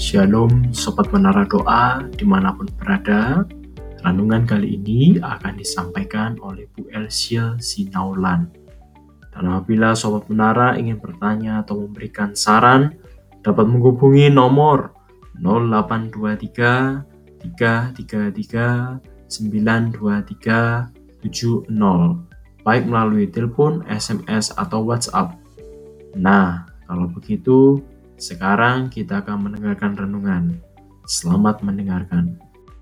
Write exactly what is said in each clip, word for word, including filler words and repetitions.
Shalom Sobat Menara Doa dimanapun berada. Renungan kali ini akan disampaikan oleh Bu Elsie Sinaulan. Dan apabila Sobat Menara ingin bertanya atau memberikan saran, dapat menghubungi nomor nol delapan dua tiga tiga tiga tiga sembilan dua tiga tujuh nol, baik melalui telepon, S M S, atau WhatsApp. Nah, kalau begitu, sekarang kita akan mendengarkan renungan. Selamat mendengarkan.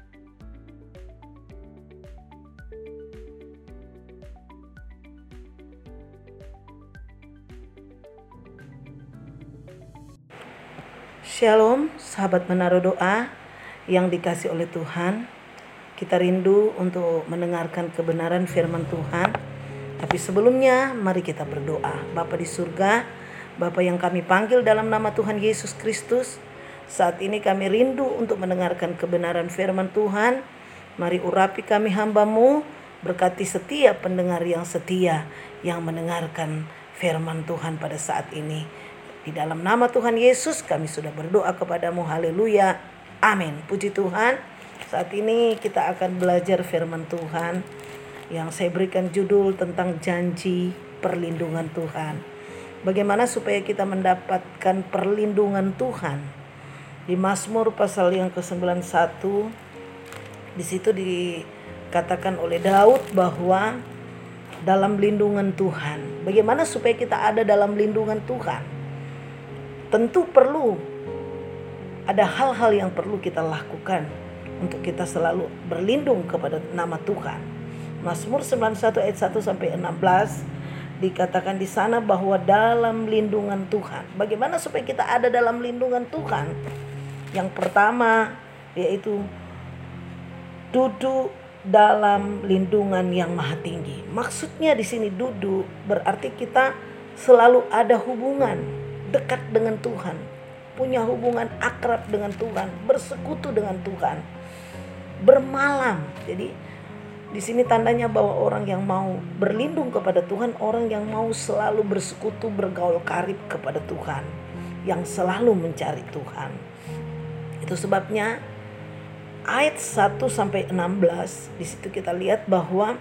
Shalom, sahabat Menara Doa yang dikasih oleh Tuhan. Kita rindu untuk mendengarkan kebenaran firman Tuhan. Tapi sebelumnya, mari kita berdoa. Bapa di surga, Bapa yang kami panggil dalam nama Tuhan Yesus Kristus, saat ini kami rindu untuk mendengarkan kebenaran firman Tuhan. Mari urapi kami hamba-Mu, berkati setiap pendengar yang setia yang mendengarkan firman Tuhan pada saat ini. Di dalam nama Tuhan Yesus kami sudah berdoa kepadamu. Haleluya. Amin. Puji Tuhan. Saat ini kita akan belajar firman Tuhan yang saya berikan judul tentang janji perlindungan Tuhan. Bagaimana supaya kita mendapatkan perlindungan Tuhan? Di Mazmur pasal yang ke sembilan puluh satu, di situ dikatakan oleh Daud bahwa dalam lindungan Tuhan. Bagaimana supaya kita ada dalam lindungan Tuhan? Tentu perlu ada hal-hal yang perlu kita lakukan untuk kita selalu berlindung kepada nama Tuhan. Mazmur sembilan puluh satu ayat satu sampai enam belas dikatakan di sana bahwa dalam lindungan Tuhan. Bagaimana supaya kita ada dalam lindungan Tuhan? Yang pertama yaitu duduk dalam lindungan yang maha tinggi. Maksudnya di sini duduk berarti kita selalu ada hubungan dekat dengan Tuhan, punya hubungan akrab dengan Tuhan, bersekutu dengan Tuhan, bermalam. Jadi di sini tandanya bahwa orang yang mau berlindung kepada Tuhan, orang yang mau selalu bersekutu, bergaul karib kepada Tuhan, yang selalu mencari Tuhan. Itu sebabnya ayat satu sampai enam belas di situ kita lihat bahwa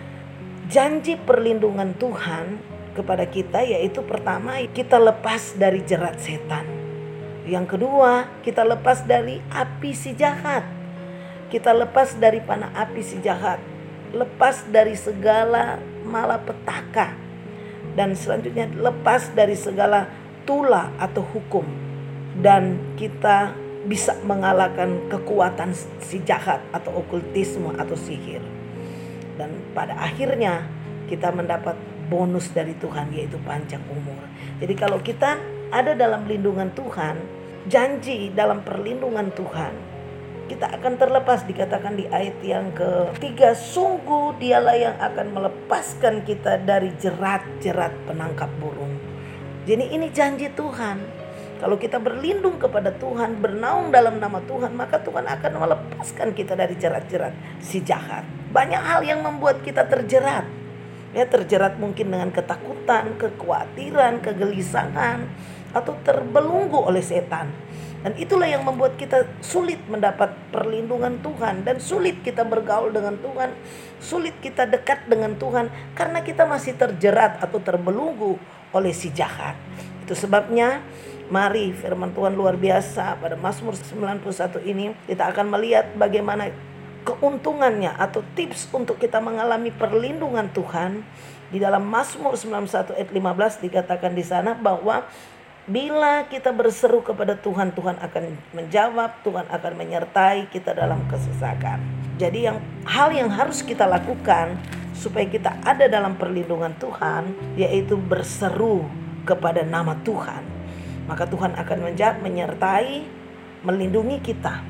janji perlindungan Tuhan kepada kita yaitu pertama kita lepas dari jerat setan. Yang kedua, kita lepas dari api si jahat. Kita lepas dari panah api si jahat. Lepas dari segala malapetaka. Dan selanjutnya lepas dari segala tula atau hukum. Dan kita bisa mengalahkan kekuatan si jahat atau okultisme atau sihir. Dan pada akhirnya kita mendapat bonus dari Tuhan yaitu panjang umur. Jadi kalau kita ada dalam lindungan Tuhan, janji dalam perlindungan Tuhan, kita akan terlepas. Dikatakan di ayat yang ketiga, sungguh dialah yang akan melepaskan kita dari jerat-jerat penangkap burung. Jadi ini janji Tuhan. Kalau kita berlindung kepada Tuhan, bernaung dalam nama Tuhan, maka Tuhan akan melepaskan kita dari jerat-jerat si jahat. Banyak hal yang membuat kita terjerat. Ya, terjerat mungkin dengan ketakutan, kekhawatiran, kegelisahan, atau terbelenggu oleh setan. Dan itulah yang membuat kita sulit mendapat perlindungan Tuhan. Dan sulit kita bergaul dengan Tuhan. Sulit kita dekat dengan Tuhan. Karena kita masih terjerat atau terbelenggu oleh si jahat. Itu sebabnya mari firman Tuhan luar biasa pada Mazmur sembilan puluh satu ini. Kita akan melihat bagaimana keuntungannya atau tips untuk kita mengalami perlindungan Tuhan. Di dalam Mazmur sembilan puluh satu ayat lima belas dikatakan di sana bahwa bila kita berseru kepada Tuhan, Tuhan akan menjawab, Tuhan akan menyertai kita dalam kesesakan. Jadi yang hal yang harus kita lakukan supaya kita ada dalam perlindungan Tuhan yaitu berseru kepada nama Tuhan. Maka Tuhan akan menjawab, menyertai, melindungi kita.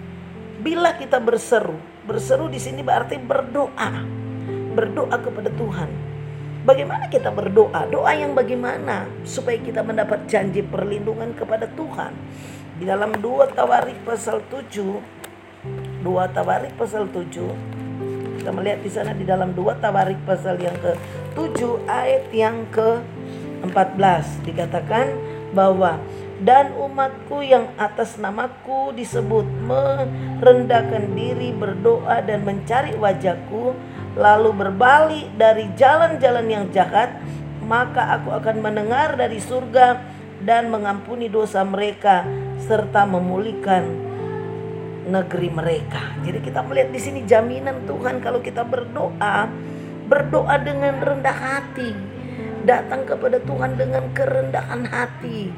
Bila kita berseru, berseru di sini berarti berdoa, berdoa kepada Tuhan. Bagaimana kita berdoa? Doa yang bagaimana supaya kita mendapat janji perlindungan kepada Tuhan? Di dalam dua Tawarik pasal tujuh, dua Tawarik pasal tujuh, kita melihat di sana di dalam dua Tawarik pasal yang ke tujuh ayat yang ke empat belas dikatakan bahwa dan umatku yang atas namaku disebut merendahkan diri, berdoa dan mencari wajahku, lalu berbalik dari jalan-jalan yang jahat, maka aku akan mendengar dari surga dan mengampuni dosa mereka serta memulihkan negeri mereka. Jadi kita melihat di sini jaminan Tuhan kalau kita berdoa, berdoa dengan rendah hati, datang kepada Tuhan dengan kerendahan hati,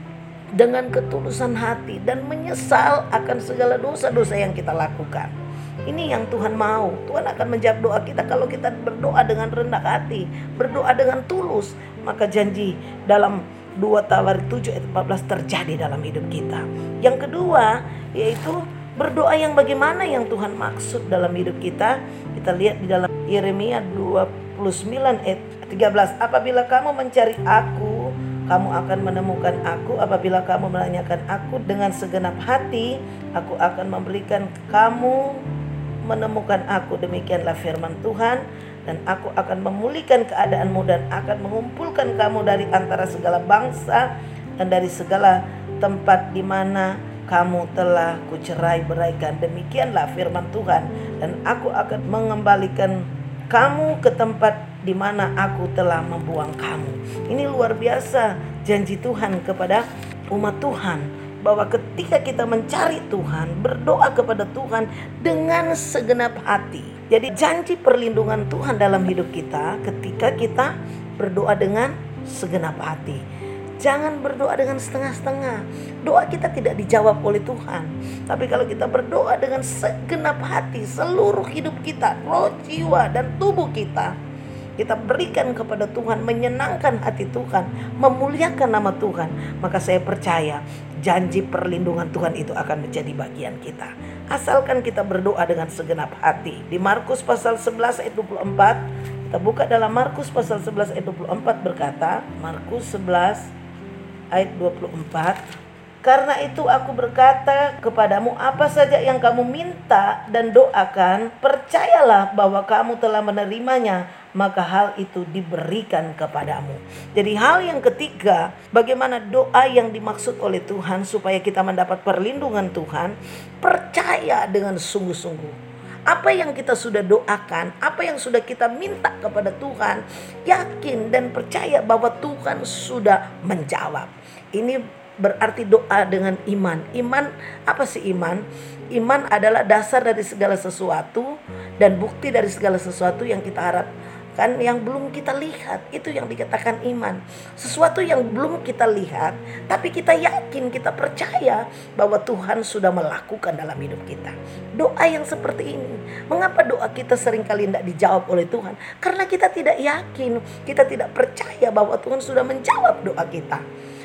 dengan ketulusan hati, dan menyesal akan segala dosa-dosa yang kita lakukan. Ini yang Tuhan mau. Tuhan akan menjawab doa kita kalau kita berdoa dengan rendah hati, berdoa dengan tulus. Maka janji dalam dua Tawarik tujuh ayat empat belas terjadi dalam hidup kita. Yang kedua yaitu berdoa yang bagaimana yang Tuhan maksud dalam hidup kita. Kita lihat di dalam Yeremia dua puluh sembilan ayat tiga belas. Apabila kamu mencari aku, kamu akan menemukan aku. Apabila kamu menanyakan aku dengan segenap hati, aku akan memberikan kamu menemukan aku. Demikianlah firman Tuhan. Dan aku akan memulihkan keadaanmu dan akan mengumpulkan kamu dari antara segala bangsa dan dari segala tempat di mana kamu telah kucerai beraikan. Demikianlah firman Tuhan. Dan aku akan mengembalikan kamu ke tempat di mana aku telah membuang kamu. Ini luar biasa janji Tuhan kepada umat Tuhan, bahwa ketika kita mencari Tuhan, berdoa kepada Tuhan dengan segenap hati. Jadi janji perlindungan Tuhan dalam hidup kita ketika kita berdoa dengan segenap hati. Jangan berdoa dengan setengah-setengah. Doa kita tidak dijawab oleh Tuhan. Tapi kalau kita berdoa dengan segenap hati, seluruh hidup kita, roh, jiwa, dan tubuh kita, kita berikan kepada Tuhan, menyenangkan hati Tuhan, memuliakan nama Tuhan, maka saya percaya janji perlindungan Tuhan itu akan menjadi bagian kita. Asalkan kita berdoa dengan segenap hati. Di Markus pasal sebelas ayat dua puluh empat, kita buka dalam Markus pasal sebelas ayat dua puluh empat berkata, Markus sebelas ayat dua puluh empat, karena itu aku berkata kepadamu, apa saja yang kamu minta dan doakan, percayalah bahwa kamu telah menerimanya, maka hal itu diberikan kepadamu. Jadi hal yang ketiga, bagaimana doa yang dimaksud oleh Tuhan supaya kita mendapat perlindungan Tuhan, percaya dengan sungguh-sungguh. Apa yang kita sudah doakan, apa yang sudah kita minta kepada Tuhan, yakin dan percaya bahwa Tuhan sudah menjawab. Ini berarti doa dengan iman. Iman, apa sih iman? Iman adalah dasar dari segala sesuatu dan bukti dari segala sesuatu yang kita harapkan, yang belum kita lihat. Itu yang dikatakan iman. Sesuatu yang belum kita lihat, tapi kita yakin, kita percaya bahwa Tuhan sudah melakukan dalam hidup kita. Doa yang seperti ini. Mengapa doa kita seringkali tidak dijawab oleh Tuhan? Karena kita tidak yakin, kita tidak percaya bahwa Tuhan sudah menjawab doa kita.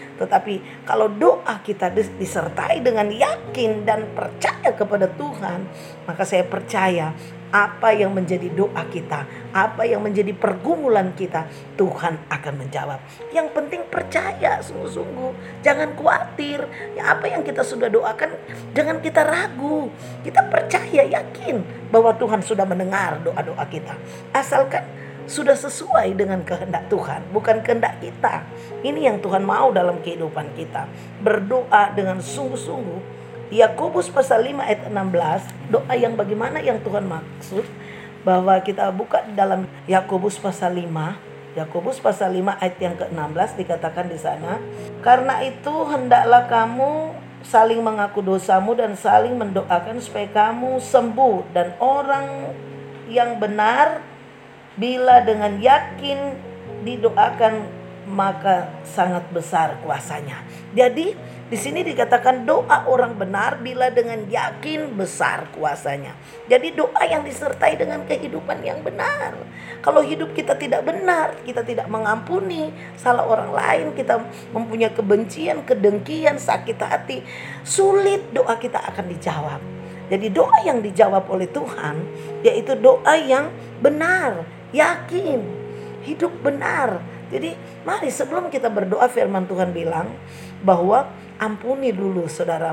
Tetapi kalau doa kita disertai dengan yakin dan percaya kepada Tuhan, maka saya percaya apa yang menjadi doa kita, apa yang menjadi pergumulan kita, Tuhan akan menjawab. Yang penting percaya sungguh-sungguh, jangan khawatir. Ya, apa yang kita sudah doakan, jangan kita ragu. Kita percaya, yakin bahwa Tuhan sudah mendengar doa-doa kita. Asalkan sudah sesuai dengan kehendak Tuhan, bukan kehendak kita. Ini yang Tuhan mau dalam kehidupan kita. Berdoa dengan sungguh-sungguh. Yakobus pasal lima ayat enam belas, doa yang bagaimana yang Tuhan maksud, bahwa kita buka dalam Yakobus pasal lima. Yakobus pasal lima ayat yang ke enam belas dikatakan di sana, karena itu hendaklah kamu saling mengaku dosamu dan saling mendoakan supaya kamu sembuh. Dan orang yang benar bila dengan yakin didoakan, maka sangat besar kuasanya. Jadi di sini dikatakan doa orang benar bila dengan yakin besar kuasanya. Jadi doa yang disertai dengan kehidupan yang benar. Kalau hidup kita tidak benar, kita tidak mengampuni salah orang lain, kita mempunyai kebencian, kedengkian, sakit hati, sulit doa kita akan dijawab. Jadi doa yang dijawab oleh Tuhan yaitu doa yang benar, yakin, hidup benar. Jadi mari sebelum kita berdoa, firman Tuhan bilang bahwa ampuni dulu saudaramu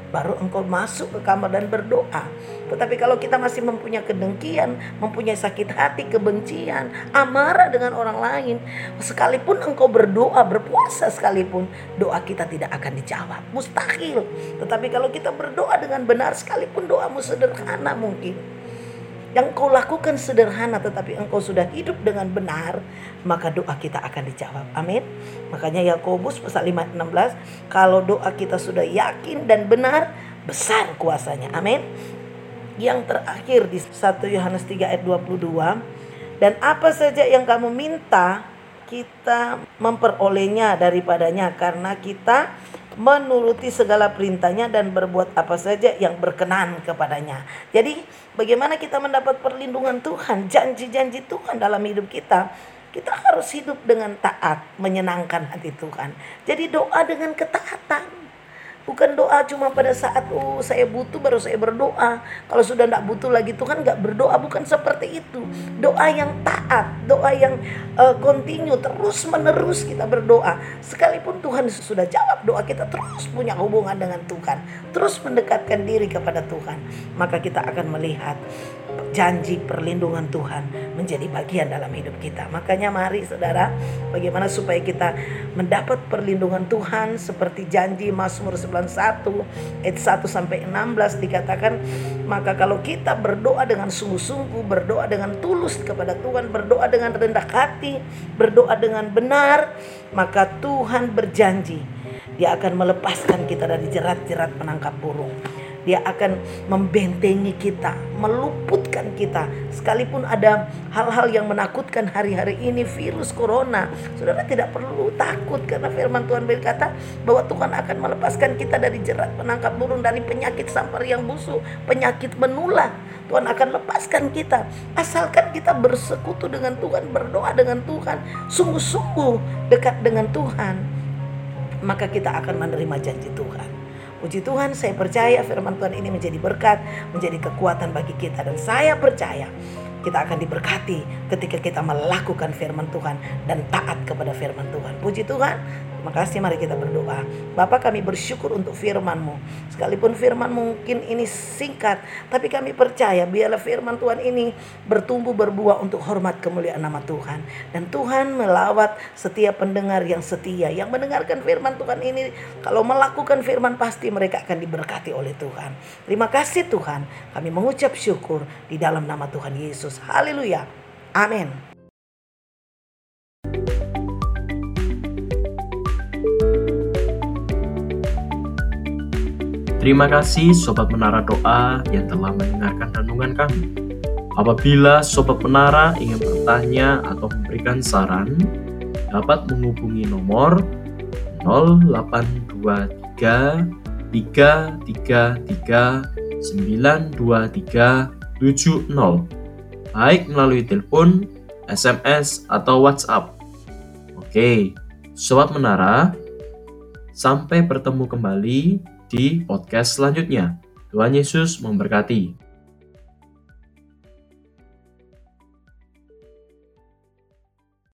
baru engkau masuk ke kamar dan berdoa. Tetapi kalau kita masih mempunyai kedengkian, mempunyai sakit hati, kebencian, amarah dengan orang lain, sekalipun engkau berdoa, berpuasa sekalipun, doa kita tidak akan dijawab, mustahil. Tetapi kalau kita berdoa dengan benar, sekalipun doamu sederhana mungkin, yang kau lakukan sederhana tetapi engkau sudah hidup dengan benar, maka doa kita akan dijawab. Amin. Makanya Yakobus pasal lima ayat enam belas, kalau doa kita sudah yakin dan benar, besar kuasanya. Amin. Yang terakhir di satu Yohanes tiga ayat dua puluh dua, dan apa saja yang kamu minta, kita memperolehnya daripadanya, karena kita menuruti segala perintahnya dan berbuat apa saja yang berkenan kepadanya. Jadi bagaimana kita mendapat perlindungan Tuhan, janji-janji Tuhan dalam hidup kita? Kita harus hidup dengan taat, menyenangkan hati Tuhan. Jadi doa dengan ketaatan. Bukan doa cuma pada saat oh saya butuh baru saya berdoa. Kalau sudah tidak butuh lagi Tuhan nggak berdoa. Bukan seperti itu. Doa yang taat, doa yang uh, continue, terus menerus kita berdoa. Sekalipun Tuhan sudah jawab doa kita, terus punya hubungan dengan Tuhan, terus mendekatkan diri kepada Tuhan, maka kita akan melihat janji perlindungan Tuhan menjadi bagian dalam hidup kita. Makanya mari saudara, bagaimana supaya kita mendapat perlindungan Tuhan seperti janji Mazmur sembilan puluh satu ayat satu sampai enam belas dikatakan, maka kalau kita berdoa dengan sungguh-sungguh, berdoa dengan tulus kepada Tuhan, berdoa dengan rendah hati, berdoa dengan benar, maka Tuhan berjanji Dia akan melepaskan kita dari jerat-jerat penangkap burung. Dia akan membentengi kita, meluputkan kita. Sekalipun ada hal-hal yang menakutkan hari-hari ini, virus corona, saudara tidak perlu takut, karena firman Tuhan berkata bahwa Tuhan akan melepaskan kita dari jerat penangkap burung, dari penyakit sampar yang busuk, penyakit menular. Tuhan akan lepaskan kita, asalkan kita bersekutu dengan Tuhan, berdoa dengan Tuhan, sungguh-sungguh dekat dengan Tuhan, maka kita akan menerima janji Tuhan. Puji Tuhan, saya percaya firman Tuhan ini menjadi berkat, menjadi kekuatan bagi kita. Dan saya percaya kita akan diberkati ketika kita melakukan firman Tuhan dan taat kepada firman Tuhan. Puji Tuhan. Terima kasih, mari kita berdoa. Bapa, kami bersyukur untuk firman-Mu. Sekalipun firman mungkin ini singkat, tapi kami percaya biarlah firman Tuhan ini bertumbuh berbuah untuk hormat kemuliaan nama Tuhan. Dan Tuhan melawat setiap pendengar yang setia, yang mendengarkan firman Tuhan ini. Kalau melakukan firman, pasti mereka akan diberkati oleh Tuhan. Terima kasih Tuhan. Kami mengucap syukur di dalam nama Tuhan Yesus. Haleluya. Amin. Terima kasih Sobat Menara Doa yang telah mendengarkan renungan kami. Apabila Sobat Menara ingin bertanya atau memberikan saran, dapat menghubungi nomor nol delapan dua tiga tiga tiga tiga sembilan dua tiga tujuh nol, baik melalui telepon, S M S, atau WhatsApp. Oke, Sobat Menara, sampai bertemu kembali di podcast selanjutnya. Tuhan Yesus memberkati.